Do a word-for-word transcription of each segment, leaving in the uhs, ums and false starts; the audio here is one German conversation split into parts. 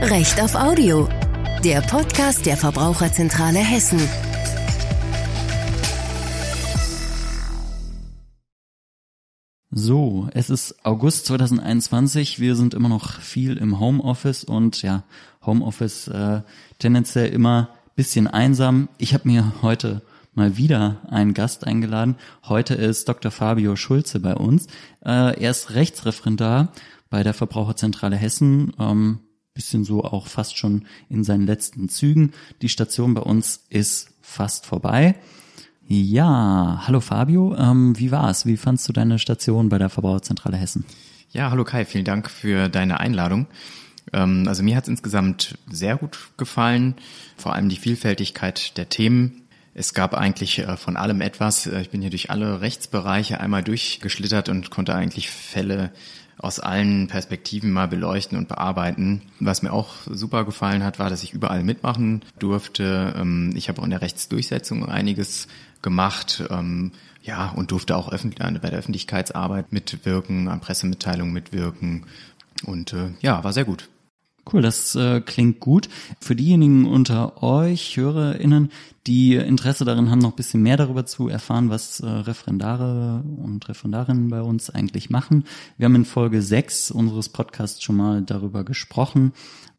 Recht auf Audio, der Podcast der Verbraucherzentrale Hessen. So, es ist August zweitausendeinundzwanzig, wir sind immer noch viel im Homeoffice und ja, Homeoffice äh, tendenziell immer ein bisschen einsam. Ich habe mir heute mal wieder einen Gast eingeladen. Heute ist Doktor Fabio Schulze bei uns. Äh, er ist Rechtsreferendar bei der Verbraucherzentrale Hessen, ähm, bisschen so auch fast schon in seinen letzten Zügen. Die Station bei uns ist fast vorbei. Ja, hallo Fabio, ähm, wie war's? Wie fandst du deine Station bei der Verbraucherzentrale Hessen? Ja, hallo Kai, vielen Dank für deine Einladung. Ähm, also mir hat es insgesamt sehr gut gefallen, vor allem die Vielfältigkeit der Themen. Es gab eigentlich äh, von allem etwas. Ich bin hier durch alle Rechtsbereiche einmal durchgeschlittert und konnte eigentlich Fälle aus allen Perspektiven mal beleuchten und bearbeiten. Was mir auch super gefallen hat, war, dass ich überall mitmachen durfte. Ähm, ich habe auch in der Rechtsdurchsetzung einiges gemacht, ähm, ja, und durfte auch öffentlich, bei der Öffentlichkeitsarbeit mitwirken, an Pressemitteilungen mitwirken und äh, ja, war sehr gut. Cool, das äh, klingt gut. Für diejenigen unter euch, HörerInnen, die Interesse darin haben, noch ein bisschen mehr darüber zu erfahren, was äh, Referendare und Referendarinnen bei uns eigentlich machen. Wir haben in Folge sechs unseres Podcasts schon mal darüber gesprochen.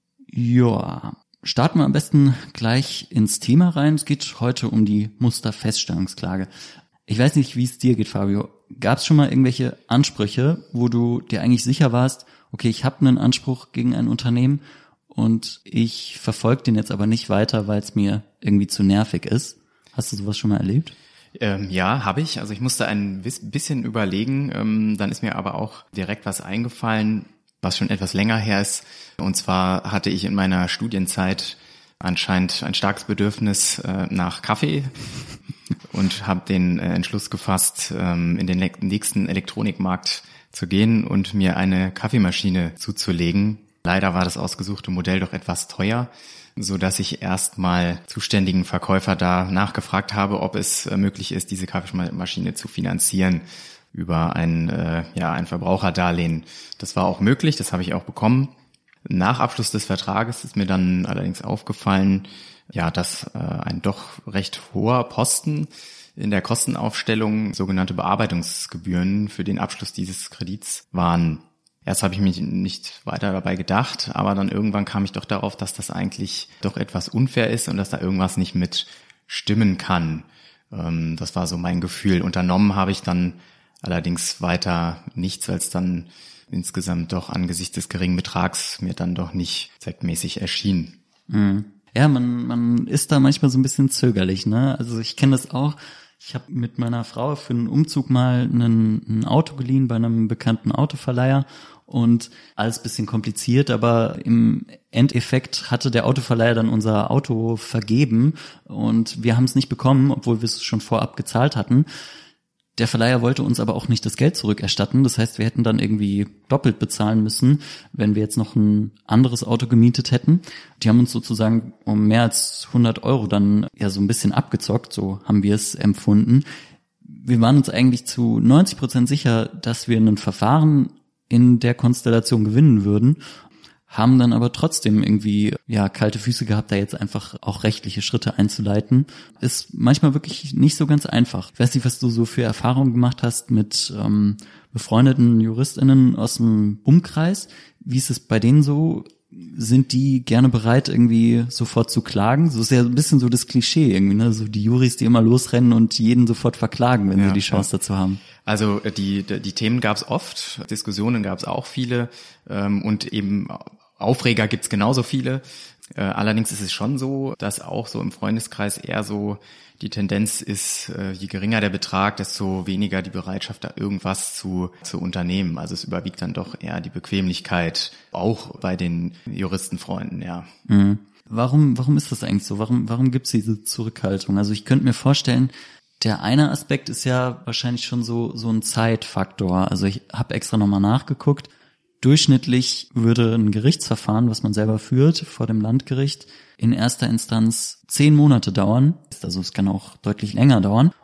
Ja, starten wir am besten gleich ins Thema rein. Es geht heute um die Musterfeststellungsklage. Ich weiß nicht, wie es dir geht, Fabio. Gab es schon mal irgendwelche Ansprüche, wo du dir eigentlich sicher warst, okay, ich habe einen Anspruch gegen ein Unternehmen und ich verfolge den jetzt aber nicht weiter, weil es mir irgendwie zu nervig ist? Hast du sowas schon mal erlebt? Ähm, ja, habe ich. Also ich musste ein bisschen überlegen. Ähm, dann ist mir aber auch direkt was eingefallen, was schon etwas länger her ist. Und zwar hatte ich in meiner Studienzeit anscheinend ein starkes Bedürfnis äh, nach Kaffee und habe den äh, Entschluss gefasst, ähm, in den le- nächsten Elektronikmarkt zu gehen und mir eine Kaffeemaschine zuzulegen. Leider war das ausgesuchte Modell doch etwas teuer, so dass ich erstmal zuständigen Verkäufer da nachgefragt habe, ob es äh, möglich ist, diese Kaffeemaschine zu finanzieren über ein äh, ja ein Verbraucherdarlehen. Das war auch möglich, das habe ich auch bekommen. Nach Abschluss des Vertrages ist mir dann allerdings aufgefallen, ja, dass äh, ein doch recht hoher Posten in der Kostenaufstellung sogenannte Bearbeitungsgebühren für den Abschluss dieses Kredits waren. Erst habe ich mich nicht weiter dabei gedacht, aber dann irgendwann kam ich doch darauf, dass das eigentlich doch etwas unfair ist und dass da irgendwas nicht mit stimmen kann. Ähm, das war so mein Gefühl. Unternommen habe ich dann allerdings weiter nichts, weil es dann insgesamt doch angesichts des geringen Betrags mir dann doch nicht zweckmäßig erschien. Mhm. Ja, man man ist da manchmal so ein bisschen zögerlich, ne? Also ich kenne das auch. Ich habe mit meiner Frau für einen Umzug mal einen, ein Auto geliehen bei einem bekannten Autoverleiher und alles bisschen kompliziert, aber im Endeffekt hatte der Autoverleiher dann unser Auto vergeben und wir haben es nicht bekommen, obwohl wir es schon vorab gezahlt hatten. Der Verleiher wollte uns aber auch nicht das Geld zurückerstatten. Das heißt, wir hätten dann irgendwie doppelt bezahlen müssen, wenn wir jetzt noch ein anderes Auto gemietet hätten. Die haben uns sozusagen um mehr als hundert Euro dann ja so ein bisschen abgezockt, so haben wir es empfunden. Wir waren uns eigentlich zu neunzig Prozent sicher, dass wir ein Verfahren in der Konstellation gewinnen würden, haben dann aber trotzdem irgendwie ja kalte Füße gehabt, da jetzt einfach auch rechtliche Schritte einzuleiten. Ist manchmal wirklich nicht so ganz einfach. Ich weiß nicht, was du so für Erfahrungen gemacht hast mit ähm, befreundeten JuristInnen aus dem Umkreis. Wie ist es bei denen so? Sind die gerne bereit, irgendwie sofort zu klagen? So ist ja ein bisschen so das Klischee irgendwie, ne? So die Juris, die immer losrennen und jeden sofort verklagen, wenn ja, sie die Chance ja. dazu haben. Also die die Themen gab es oft, Diskussionen gab es auch viele ähm, und eben Aufreger gibt's genauso viele. Äh, allerdings ist es schon so, dass auch so im Freundeskreis eher so die Tendenz ist, äh, je geringer der Betrag, desto weniger die Bereitschaft, da irgendwas zu zu unternehmen. Also es überwiegt dann doch eher die Bequemlichkeit, auch bei den Juristenfreunden, ja. Mhm. Warum warum ist das eigentlich so? Warum warum gibt's diese Zurückhaltung? Also ich könnte mir vorstellen, der eine Aspekt ist ja wahrscheinlich schon so so ein Zeitfaktor. Also ich habe extra nochmal nachgeguckt. Durchschnittlich würde ein Gerichtsverfahren, was man selber führt, vor dem Landgericht, in erster Instanz zehn Monate dauern. Also es kann auch deutlich länger dauern.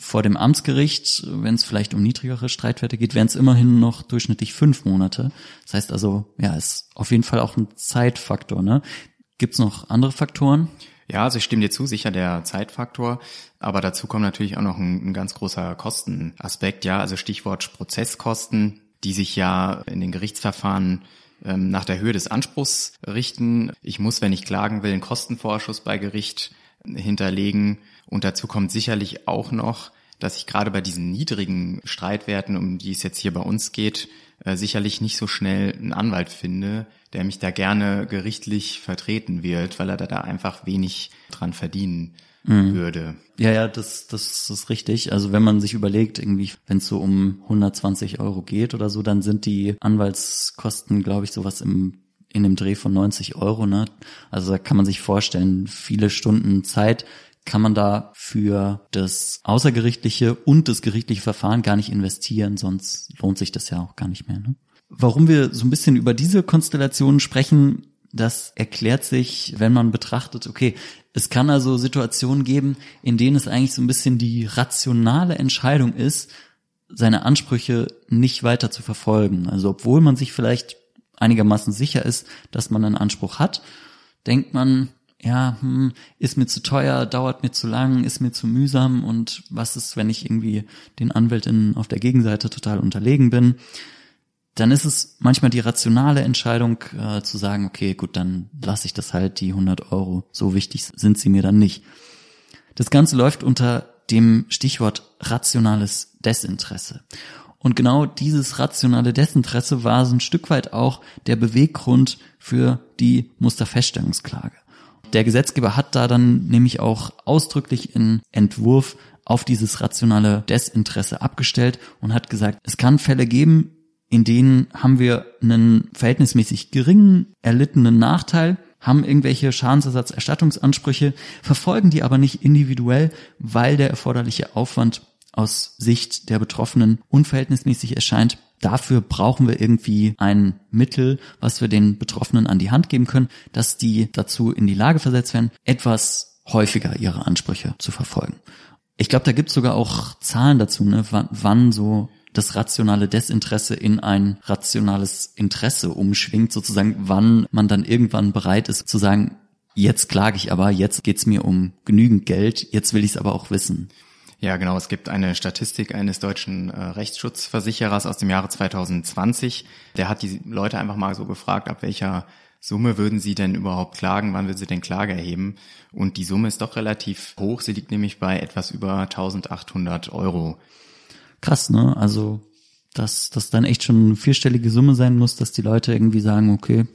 vor dem Amtsgericht, wenn es vielleicht um niedrigere Streitwerte geht, wären es immerhin noch durchschnittlich fünf Monate. Das heißt also, ja, ist auf jeden Fall auch ein Zeitfaktor, ne? Gibt's noch andere Faktoren? Ja, also ich stimme dir zu, sicher der Zeitfaktor, aber dazu kommt natürlich auch noch ein, ein ganz großer Kostenaspekt, ja, also Stichwort Prozesskosten, die sich ja in den Gerichtsverfahren ähm, nach der Höhe des Anspruchs richten. Ich muss, wenn ich klagen will, einen Kostenvorschuss bei Gericht hinterlegen und dazu kommt sicherlich auch noch, dass ich gerade bei diesen niedrigen Streitwerten, um die es jetzt hier bei uns geht, äh, sicherlich nicht so schnell einen Anwalt finde, der mich da gerne gerichtlich vertreten wird, weil er da, da einfach wenig dran verdienen mhm. würde. Ja, ja, das, das ist richtig. Also wenn man sich überlegt, irgendwie, wenn es so um hundertzwanzig Euro geht oder so, dann sind die Anwaltskosten, glaube ich, sowas im in dem Dreh von neunzig Euro, ne? Also da kann man sich vorstellen, viele Stunden Zeit kann man da für das außergerichtliche und das gerichtliche Verfahren gar nicht investieren, sonst lohnt sich das ja auch gar nicht mehr, ne? Warum wir so ein bisschen über diese Konstellationen sprechen, das erklärt sich, wenn man betrachtet, okay, es kann also Situationen geben, in denen es eigentlich so ein bisschen die rationale Entscheidung ist, seine Ansprüche nicht weiter zu verfolgen. Also obwohl man sich vielleicht einigermaßen sicher ist, dass man einen Anspruch hat, denkt man, ja, hm, ist mir zu teuer, dauert mir zu lang, ist mir zu mühsam und was ist, wenn ich irgendwie den Anwältinnen auf der Gegenseite total unterlegen bin? Dann ist es manchmal die rationale Entscheidung äh, zu sagen, okay, gut, dann lasse ich das halt, die hundert Euro, so wichtig sind sie mir dann nicht. Das Ganze läuft unter dem Stichwort rationales Desinteresse. Und genau dieses rationale Desinteresse war so ein Stück weit auch der Beweggrund für die Musterfeststellungsklage. Der Gesetzgeber hat da dann nämlich auch ausdrücklich in Entwurf auf dieses rationale Desinteresse abgestellt und hat gesagt, es kann Fälle geben, in denen haben wir einen verhältnismäßig geringen erlittenen Nachteil, haben irgendwelche Schadensersatzerstattungsansprüche, verfolgen die aber nicht individuell, weil der erforderliche Aufwand aus Sicht der Betroffenen unverhältnismäßig erscheint. Dafür brauchen wir irgendwie ein Mittel, was wir den Betroffenen an die Hand geben können, dass die dazu in die Lage versetzt werden, etwas häufiger ihre Ansprüche zu verfolgen. Ich glaube, da gibt es sogar auch Zahlen dazu, ne, wann, wann so das rationale Desinteresse in ein rationales Interesse umschwingt, sozusagen, wann man dann irgendwann bereit ist zu sagen, jetzt klage ich aber, jetzt geht's mir um genügend Geld, jetzt will ich es aber auch wissen. Ja, genau. Es gibt eine Statistik eines deutschen äh, Rechtsschutzversicherers aus dem Jahre zwanzig zwanzig. Der hat die Leute einfach mal so gefragt, ab welcher Summe würden sie denn überhaupt klagen, wann würden sie denn Klage erheben? Und die Summe ist doch relativ hoch. Sie liegt nämlich bei etwas über eintausendachthundert Euro. Krass, ne? Also, dass das dann echt schon eine vierstellige Summe sein muss, dass die Leute irgendwie sagen, okay,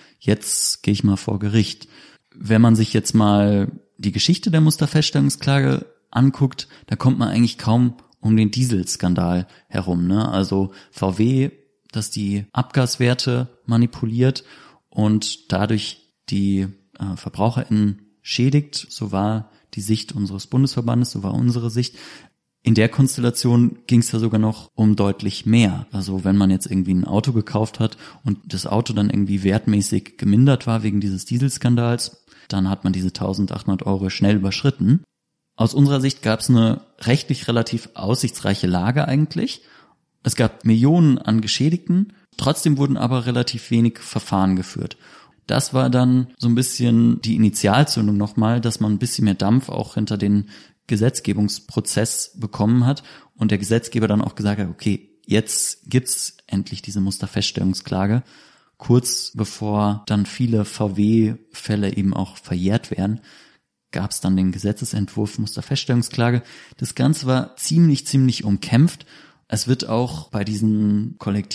jetzt gehe ich mal vor Gericht. Wenn man sich jetzt mal die Geschichte der Musterfeststellungsklage anguckt, da kommt man eigentlich kaum um den Dieselskandal herum, ne? Also V W, dass die Abgaswerte manipuliert und dadurch die äh, VerbraucherInnen schädigt, so war die Sicht unseres Bundesverbandes, so war unsere Sicht. In der Konstellation ging es ja sogar noch um deutlich mehr. Also wenn man jetzt irgendwie ein Auto gekauft hat und das Auto dann irgendwie wertmäßig gemindert war wegen dieses Dieselskandals, dann hat man diese eintausendachthundert Euro schnell überschritten. Aus unserer Sicht gab es eine rechtlich relativ aussichtsreiche Lage eigentlich. Es gab Millionen an Geschädigten, trotzdem wurden aber relativ wenig Verfahren geführt. Das war dann so ein bisschen die Initialzündung nochmal, dass man ein bisschen mehr Dampf auch hinter den Gesetzgebungsprozess bekommen hat und der Gesetzgeber dann auch gesagt hat, okay, jetzt gibt's endlich diese Musterfeststellungsklage, kurz bevor dann viele V W-Fälle eben auch verjährt werden, gab es dann den Gesetzesentwurf Musterfeststellungsklage. Das Ganze war ziemlich, ziemlich umkämpft. Es wird auch bei diesen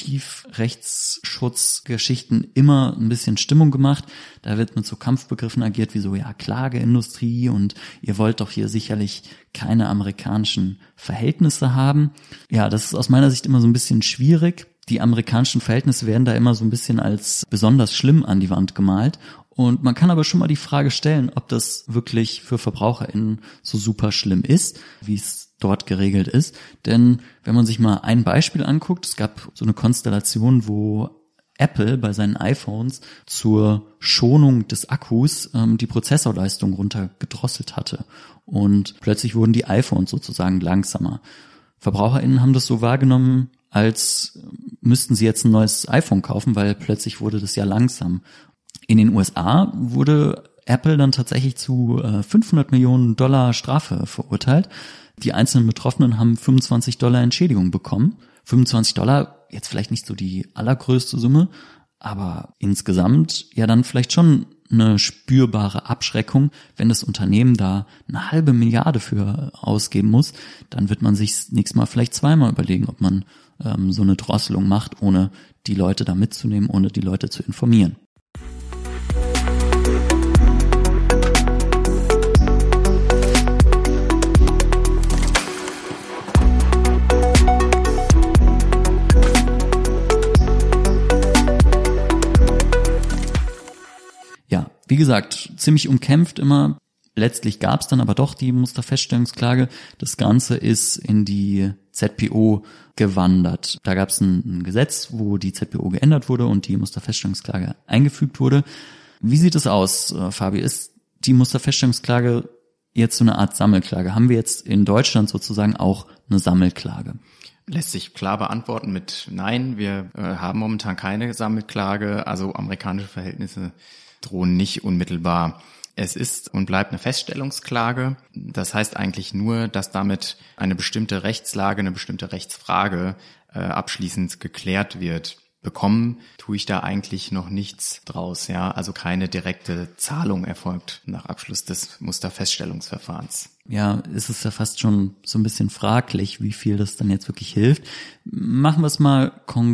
Kollektivrechtsschutzgeschichten immer ein bisschen Stimmung gemacht. Da wird mit so Kampfbegriffen agiert wie so, ja, Klageindustrie und ihr wollt doch hier sicherlich keine amerikanischen Verhältnisse haben. Ja, das ist aus meiner Sicht immer so ein bisschen schwierig. Die amerikanischen Verhältnisse werden da immer so ein bisschen als besonders schlimm an die Wand gemalt. Und man kann aber schon mal die Frage stellen, ob das wirklich für VerbraucherInnen so super schlimm ist, wie es dort geregelt ist. Denn wenn man sich mal ein Beispiel anguckt, es gab so eine Konstellation, wo Apple bei seinen iPhones zur Schonung des Akkus ähm, die Prozessorleistung runtergedrosselt hatte. Und plötzlich wurden die iPhones sozusagen langsamer. VerbraucherInnen haben das so wahrgenommen, als müssten sie jetzt ein neues iPhone kaufen, weil plötzlich wurde das ja langsam. In den U S A wurde Apple dann tatsächlich zu äh, fünfhundert Millionen Dollar Strafe verurteilt. Die einzelnen Betroffenen haben fünfundzwanzig Dollar Entschädigung bekommen. fünfundzwanzig Dollar, jetzt vielleicht nicht so die allergrößte Summe, aber insgesamt ja dann vielleicht schon eine spürbare Abschreckung. Wenn das Unternehmen da eine halbe Milliarde für ausgeben muss, dann wird man sich nächstes Mal vielleicht zweimal überlegen, ob man ähm, so eine Drosselung macht, ohne die Leute da mitzunehmen, ohne die Leute zu informieren. Wie gesagt, ziemlich umkämpft immer. Letztlich gab es dann aber doch die Musterfeststellungsklage. Das Ganze ist in die Z P O gewandert. Da gab es ein, ein Gesetz, wo die Z P O geändert wurde und die Musterfeststellungsklage eingefügt wurde. Wie sieht es aus, äh, Fabi? Ist die Musterfeststellungsklage jetzt so eine Art Sammelklage? Haben wir jetzt in Deutschland sozusagen auch eine Sammelklage? Lässt sich klar beantworten mit Nein. Wir äh, haben momentan keine Sammelklage, also amerikanische Verhältnisse drohen nicht unmittelbar. Es ist und bleibt eine Feststellungsklage. Das heißt eigentlich nur, dass damit eine bestimmte Rechtslage, eine bestimmte Rechtsfrage äh, abschließend geklärt wird. Bekommen tue ich da eigentlich noch nichts draus, ja, also keine direkte Zahlung erfolgt nach Abschluss des Musterfeststellungsverfahrens. Ja, ist es ja fast schon so ein bisschen fraglich, wie viel das dann jetzt wirklich hilft. Machen wir es mal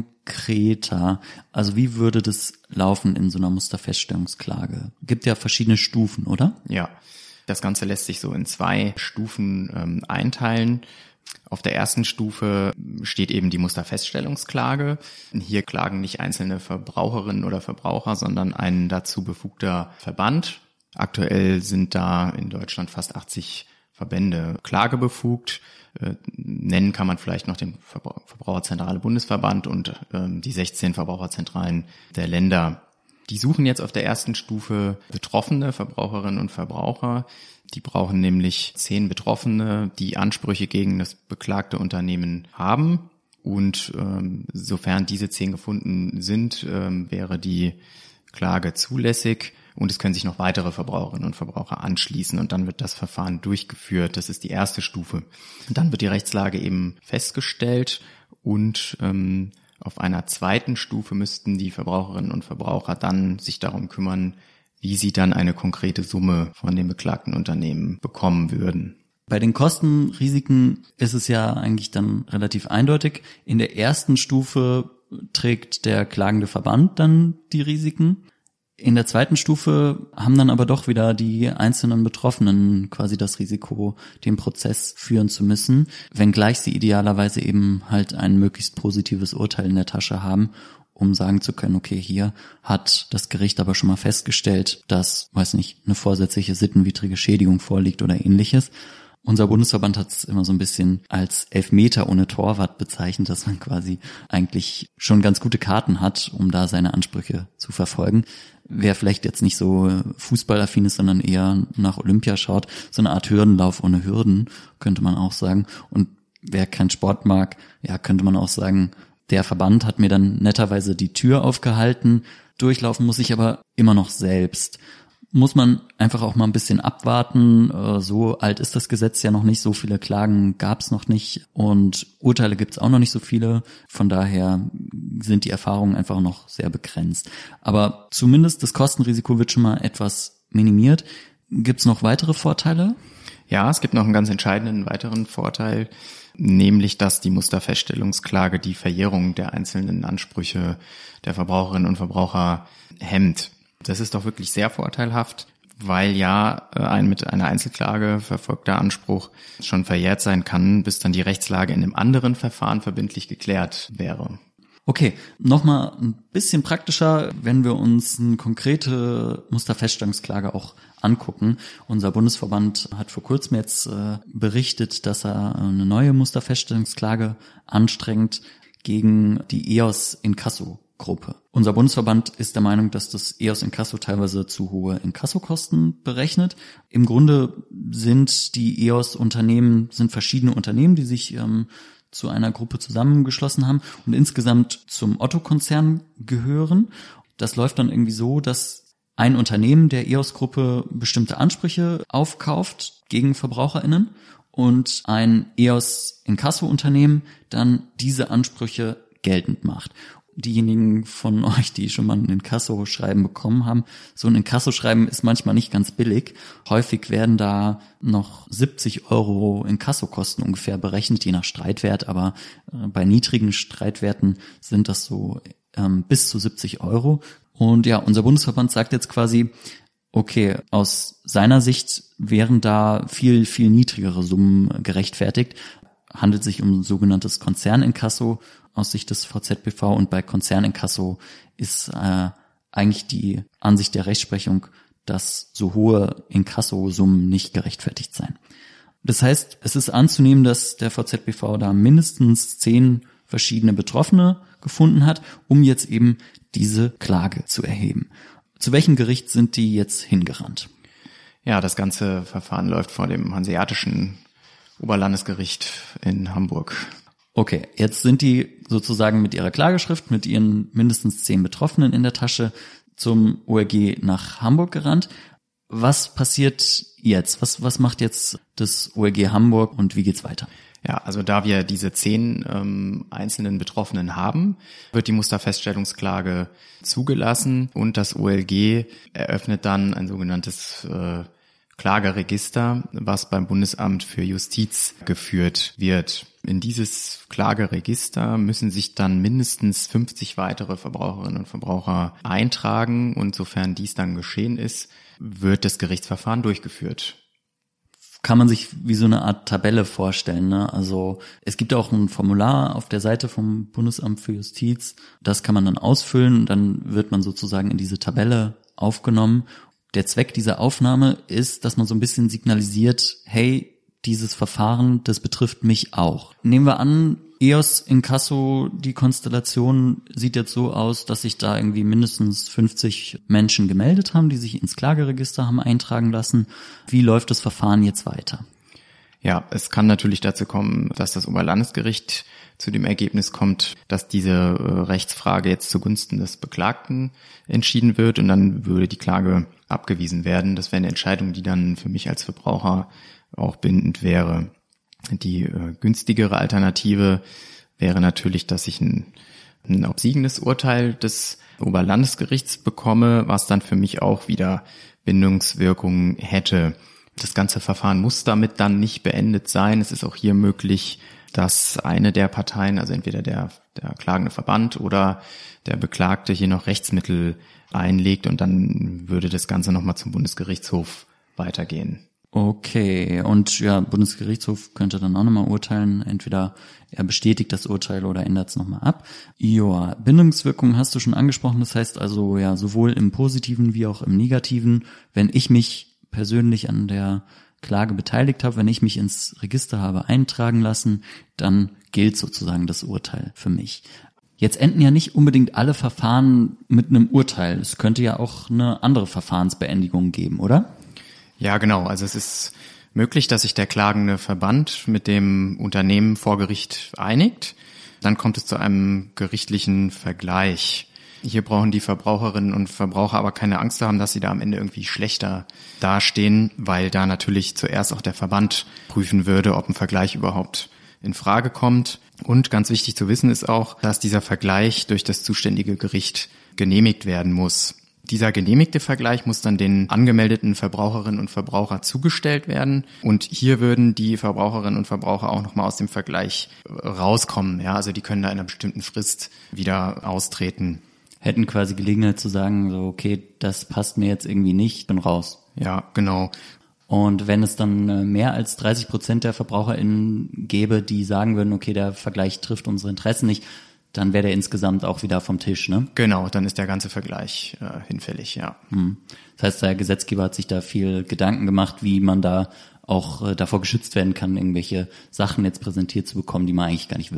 konkreter. Also wie würde das laufen in so einer Musterfeststellungsklage? Gibt ja verschiedene Stufen, oder? Ja, das Ganze lässt sich so in zwei Stufen ähm, einteilen. Auf der ersten Stufe steht eben die Musterfeststellungsklage. Hier klagen nicht einzelne Verbraucherinnen oder Verbraucher, sondern ein dazu befugter Verband. Aktuell sind da in Deutschland fast achtzig Verbände klagebefugt. Äh, nennen kann man vielleicht noch den Verbrauch- Verbraucherzentrale Bundesverband und ähm, die sechzehn Verbraucherzentralen der Länder. Die suchen jetzt auf der ersten Stufe betroffene Verbraucherinnen und Verbraucher. Die brauchen nämlich zehn Betroffene, die Ansprüche gegen das beklagte Unternehmen haben. Und ähm, sofern diese zehn gefunden sind, ähm, wäre die Klage zulässig. Und es können sich noch weitere Verbraucherinnen und Verbraucher anschließen. Und dann wird das Verfahren durchgeführt. Das ist die erste Stufe. Und dann wird die Rechtslage eben festgestellt. Und ähm, auf einer zweiten Stufe müssten die Verbraucherinnen und Verbraucher dann sich darum kümmern, wie sie dann eine konkrete Summe von dem beklagten Unternehmen bekommen würden. Bei den Kostenrisiken ist es ja eigentlich dann relativ eindeutig. In der ersten Stufe trägt der klagende Verband dann die Risiken. In der zweiten Stufe haben dann aber doch wieder die einzelnen Betroffenen quasi das Risiko, den Prozess führen zu müssen, wenngleich sie idealerweise eben halt ein möglichst positives Urteil in der Tasche haben, um sagen zu können, okay, hier hat das Gericht aber schon mal festgestellt, dass, weiß nicht, eine vorsätzliche sittenwidrige Schädigung vorliegt oder ähnliches. Unser Bundesverband hat es immer so ein bisschen als Elfmeter ohne Torwart bezeichnet, dass man quasi eigentlich schon ganz gute Karten hat, um da seine Ansprüche zu verfolgen. Wer vielleicht jetzt nicht so fußballaffin ist, sondern eher nach Olympia schaut, so eine Art Hürdenlauf ohne Hürden, könnte man auch sagen. Und wer keinen Sport mag, ja, könnte man auch sagen, der Verband hat mir dann netterweise die Tür aufgehalten. Durchlaufen muss ich aber immer noch selbst. Muss man einfach auch mal ein bisschen abwarten. So alt ist das Gesetz ja noch nicht, so viele Klagen gab es noch nicht und Urteile gibt es auch noch nicht so viele. Von daher sind die Erfahrungen einfach noch sehr begrenzt. Aber zumindest das Kostenrisiko wird schon mal etwas minimiert. Gibt es noch weitere Vorteile? Ja, es gibt noch einen ganz entscheidenden weiteren Vorteil, nämlich dass die Musterfeststellungsklage die Verjährung der einzelnen Ansprüche der Verbraucherinnen und Verbraucher hemmt. Das ist doch wirklich sehr vorteilhaft, weil ja ein mit einer Einzelklage verfolgter Anspruch schon verjährt sein kann, bis dann die Rechtslage in einem anderen Verfahren verbindlich geklärt wäre. Okay, nochmal ein bisschen praktischer, wenn wir uns eine konkrete Musterfeststellungsklage auch angucken. Unser Bundesverband hat vor kurzem jetzt äh, berichtet, dass er eine neue Musterfeststellungsklage anstrengt gegen die E O S Inkasso Gruppe. Unser Bundesverband ist der Meinung, dass das E O S Inkasso teilweise zu hohe Inkassokosten berechnet. Im Grunde sind die E O S-Unternehmen, sind verschiedene Unternehmen, die sich ähm, zu einer Gruppe zusammengeschlossen haben und insgesamt zum Otto-Konzern gehören. Das läuft dann irgendwie so, dass ein Unternehmen der E O S-Gruppe bestimmte Ansprüche aufkauft gegen VerbraucherInnen und ein E O S-Inkasso-Unternehmen dann diese Ansprüche geltend macht. Diejenigen von euch, die schon mal ein Inkasso-Schreiben bekommen haben, so ein Inkasso-Schreiben ist manchmal nicht ganz billig. Häufig werden da noch siebzig Euro Inkassokosten ungefähr berechnet, je nach Streitwert, aber äh, bei niedrigen Streitwerten sind das so ähm, bis zu siebzig Euro. Und ja, unser Bundesverband sagt jetzt quasi, okay, aus seiner Sicht wären da viel, viel niedrigere Summen gerechtfertigt. Handelt sich um ein sogenanntes Konzerninkasso aus Sicht des V Z B V und bei Konzerninkasso ist äh, eigentlich die Ansicht der Rechtsprechung, dass so hohe Inkassosummen nicht gerechtfertigt seien. Das heißt, es ist anzunehmen, dass der V Z B V da mindestens zehn verschiedene Betroffene gefunden hat, um jetzt eben diese Klage zu erheben. Zu welchem Gericht sind die jetzt hingerannt? Ja, das ganze Verfahren läuft vor dem Hanseatischen Oberlandesgericht in Hamburg. Okay, jetzt sind die sozusagen mit ihrer Klageschrift, mit ihren mindestens zehn Betroffenen in der Tasche zum O L G nach Hamburg gerannt. Was passiert jetzt? Was, was macht jetzt das O L G Hamburg und wie geht's weiter? Ja, also da wir diese zehn ähm, einzelnen Betroffenen haben, wird die Musterfeststellungsklage zugelassen und das O L G eröffnet dann ein sogenanntes äh, Klageregister, was beim Bundesamt für Justiz geführt wird. In dieses Klageregister müssen sich dann mindestens fünfzig weitere Verbraucherinnen und Verbraucher eintragen und sofern dies dann geschehen ist, wird das Gerichtsverfahren durchgeführt. Kann man sich wie so eine Art Tabelle vorstellen, ne? Also es gibt auch ein Formular auf der Seite vom Bundesamt für Justiz, das kann man dann ausfüllen und dann wird man sozusagen in diese Tabelle aufgenommen. Der Zweck dieser Aufnahme ist, dass man so ein bisschen signalisiert, hey, dieses Verfahren, das betrifft mich auch. Nehmen wir an, E O S Inkasso, die Konstellation sieht jetzt so aus, dass sich da irgendwie mindestens fünfzig Menschen gemeldet haben, die sich ins Klageregister haben eintragen lassen. Wie läuft das Verfahren jetzt weiter? Ja, es kann natürlich dazu kommen, dass das Oberlandesgericht zu dem Ergebnis kommt, dass diese äh, Rechtsfrage jetzt zugunsten des Beklagten entschieden wird und dann würde die Klage abgewiesen werden. Das wäre eine Entscheidung, die dann für mich als Verbraucher auch bindend wäre. Die äh, günstigere Alternative wäre natürlich, dass ich ein, ein obsiegendes Urteil des Oberlandesgerichts bekomme, was dann für mich auch wieder Bindungswirkung hätte. Das ganze Verfahren muss damit dann nicht beendet sein. Es ist auch hier möglich, dass eine der Parteien, also entweder der, der klagende Verband oder der Beklagte hier noch Rechtsmittel einlegt und dann würde das Ganze nochmal zum Bundesgerichtshof weitergehen. Okay, und ja, Bundesgerichtshof könnte dann auch nochmal urteilen, entweder er bestätigt das Urteil oder ändert es nochmal ab. Ja, Bindungswirkung hast du schon angesprochen, das heißt also ja sowohl im Positiven wie auch im Negativen, wenn ich mich persönlich an der Klage beteiligt habe, wenn ich mich ins Register habe eintragen lassen, dann gilt sozusagen das Urteil für mich. Jetzt enden ja nicht unbedingt alle Verfahren mit einem Urteil. Es könnte ja auch eine andere Verfahrensbeendigung geben, oder? Ja, genau. Also es ist möglich, dass sich der klagende Verband mit dem Unternehmen vor Gericht einigt. Dann kommt es zu einem gerichtlichen Vergleich. Hier brauchen die Verbraucherinnen und Verbraucher aber keine Angst haben, dass sie da am Ende irgendwie schlechter dastehen, weil da natürlich zuerst auch der Verband prüfen würde, ob ein Vergleich überhaupt in Frage kommt. Und ganz wichtig zu wissen ist auch, dass dieser Vergleich durch das zuständige Gericht genehmigt werden muss. Dieser genehmigte Vergleich muss dann den angemeldeten Verbraucherinnen und Verbraucher zugestellt werden. Und hier würden die Verbraucherinnen und Verbraucher auch nochmal aus dem Vergleich rauskommen. Ja, also die können da in einer bestimmten Frist wieder austreten. Hätten quasi Gelegenheit zu sagen, so okay, das passt mir jetzt irgendwie nicht, bin raus. Ja, genau. Und wenn es dann mehr als dreißig Prozent der VerbraucherInnen gäbe, die sagen würden, okay, der Vergleich trifft unsere Interessen nicht, dann wäre der insgesamt auch wieder vom Tisch, ne? Genau, dann ist der ganze Vergleich äh, hinfällig, ja. Hm. Das heißt, der Gesetzgeber hat sich da viel Gedanken gemacht, wie man da auch äh, davor geschützt werden kann, irgendwelche Sachen jetzt präsentiert zu bekommen, die man eigentlich gar nicht will.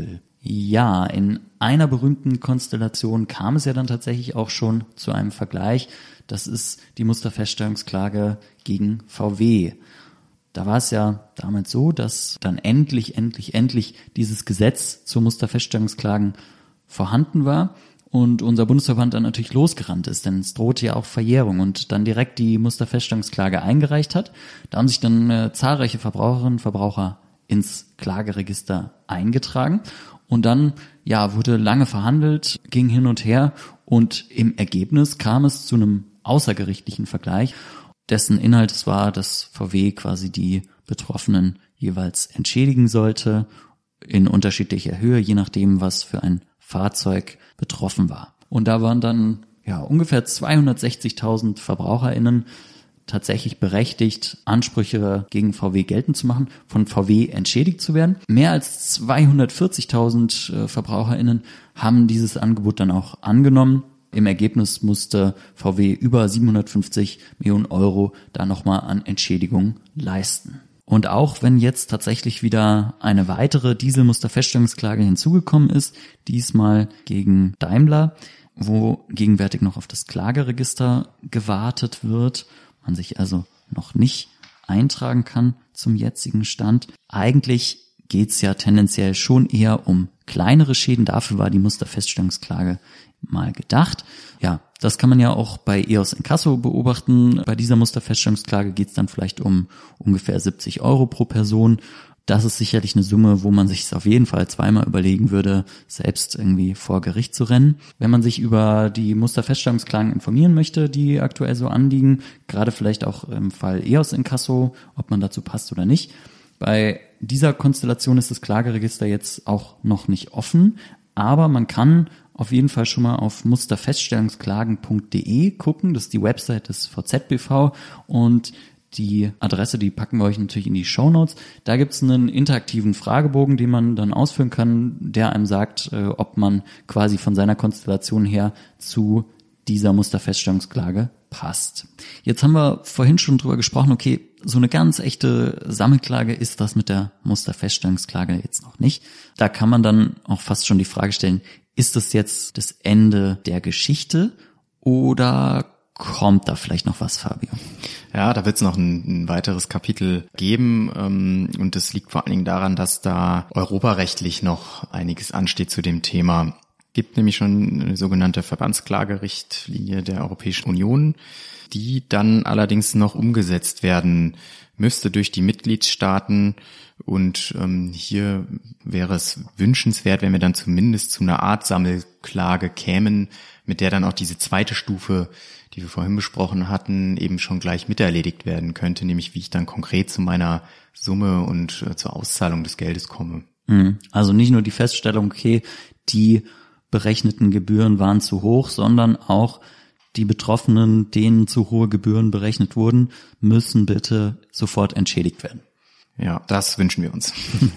Ja, in einer berühmten Konstellation kam es ja dann tatsächlich auch schon zu einem Vergleich. Das ist die Musterfeststellungsklage gegen V W. Da war es ja damals so, dass dann endlich, endlich, endlich dieses Gesetz zur Musterfeststellungsklagen vorhanden war und unser Bundesverband dann natürlich losgerannt ist, denn es drohte ja auch Verjährung und dann direkt die Musterfeststellungsklage eingereicht hat. Da haben sich dann äh, zahlreiche Verbraucherinnen und Verbraucher ins Klageregister eingetragen und dann ja wurde lange verhandelt, ging hin und her und im Ergebnis kam es zu einem außergerichtlichen Vergleich, dessen Inhalt es war, dass V W quasi die Betroffenen jeweils entschädigen sollte in unterschiedlicher Höhe, je nachdem, was für ein Fahrzeug betroffen war. Und da waren dann ja ungefähr zweihundertsechzigtausend VerbraucherInnen tatsächlich berechtigt, Ansprüche gegen V W geltend zu machen, von V W entschädigt zu werden. Mehr als zweihundertvierzigtausend äh, VerbraucherInnen haben dieses Angebot dann auch angenommen. Im Ergebnis musste V W über siebenhundertfünfzig Millionen Euro da nochmal an Entschädigung leisten. Und auch wenn jetzt tatsächlich wieder eine weitere Dieselmusterfeststellungsklage hinzugekommen ist, diesmal gegen Daimler, wo gegenwärtig noch auf das Klageregister gewartet wird, man sich also noch nicht eintragen kann zum jetzigen Stand. Eigentlich geht's ja tendenziell schon eher um kleinere Schäden, dafür war die Musterfeststellungsklage mal gedacht. Ja, das kann man ja auch bei E O S Inkasso beobachten. Bei dieser Musterfeststellungsklage geht es dann vielleicht um ungefähr siebzig Euro pro Person. Das ist sicherlich eine Summe, wo man sich es auf jeden Fall zweimal überlegen würde, selbst irgendwie vor Gericht zu rennen. Wenn man sich über die Musterfeststellungsklagen informieren möchte, die aktuell so anliegen, gerade vielleicht auch im Fall E O S Inkasso, ob man dazu passt oder nicht. Bei dieser Konstellation ist das Klageregister jetzt auch noch nicht offen, aber man kann auf jeden Fall schon mal auf musterfeststellungsklagen punkt de gucken. Das ist die Website des V Z B V und die Adresse, die packen wir euch natürlich in die Shownotes. Da gibt es einen interaktiven Fragebogen, den man dann ausfüllen kann, der einem sagt, äh, ob man quasi von seiner Konstellation her zu dieser Musterfeststellungsklage passt. Jetzt haben wir vorhin schon drüber gesprochen, okay, so eine ganz echte Sammelklage ist das mit der Musterfeststellungsklage jetzt noch nicht. Da kann man dann auch fast schon die Frage stellen, ist das jetzt das Ende der Geschichte oder kommt da vielleicht noch was, Fabio? Ja, da wird es noch ein, ein weiteres Kapitel geben ähm, und das liegt vor allen Dingen daran, dass da europarechtlich noch einiges ansteht zu dem Thema. Gibt nämlich schon eine sogenannte Verbandsklagerichtlinie der Europäischen Union, die dann allerdings noch umgesetzt werden müsste durch die Mitgliedstaaten. Und ähm, hier wäre es wünschenswert, wenn wir dann zumindest zu einer Art Sammelklage kämen, mit der dann auch diese zweite Stufe, die wir vorhin besprochen hatten, eben schon gleich miterledigt werden könnte, nämlich wie ich dann konkret zu meiner Summe und äh, zur Auszahlung des Geldes komme. Also nicht nur die Feststellung, okay, die berechneten Gebühren waren zu hoch, sondern auch die Betroffenen, denen zu hohe Gebühren berechnet wurden, müssen bitte sofort entschädigt werden. Ja, das wünschen wir uns.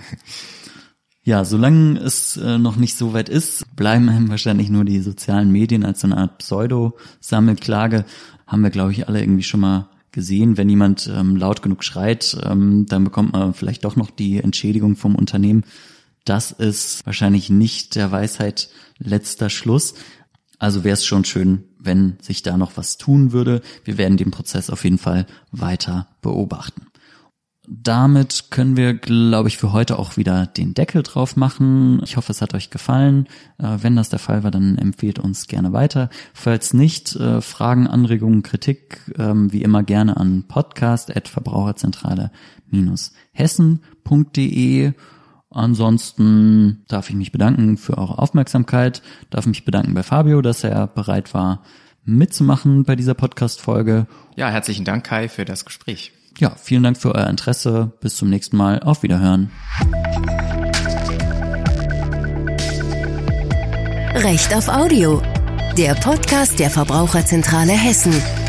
Ja, solange es äh, noch nicht so weit ist, bleiben einem wahrscheinlich nur die sozialen Medien als so eine Art Pseudo-Sammelklage. Haben wir, glaube ich, alle irgendwie schon mal gesehen. Wenn jemand ähm, laut genug schreit, ähm, dann bekommt man vielleicht doch noch die Entschädigung vom Unternehmen. Das ist wahrscheinlich nicht der Weisheit letzter Schluss. Also wäre es schon schön, wenn sich da noch was tun würde. Wir werden den Prozess auf jeden Fall weiter beobachten. Damit können wir, glaube ich, für heute auch wieder den Deckel drauf machen. Ich hoffe, es hat euch gefallen. Äh, wenn das der Fall war, dann empfehlt uns gerne weiter. Falls nicht, äh, Fragen, Anregungen, Kritik, ähm, wie immer gerne an podcast at verbraucherzentrale Bindestrich hessen punkt de. Ansonsten darf ich mich bedanken für eure Aufmerksamkeit, darf mich bedanken bei Fabio, dass er bereit war, mitzumachen bei dieser Podcast-Folge. Ja, herzlichen Dank, Kai, für das Gespräch. Ja, vielen Dank für euer Interesse. Bis zum nächsten Mal. Auf Wiederhören. Recht auf Audio. Der Podcast der Verbraucherzentrale Hessen.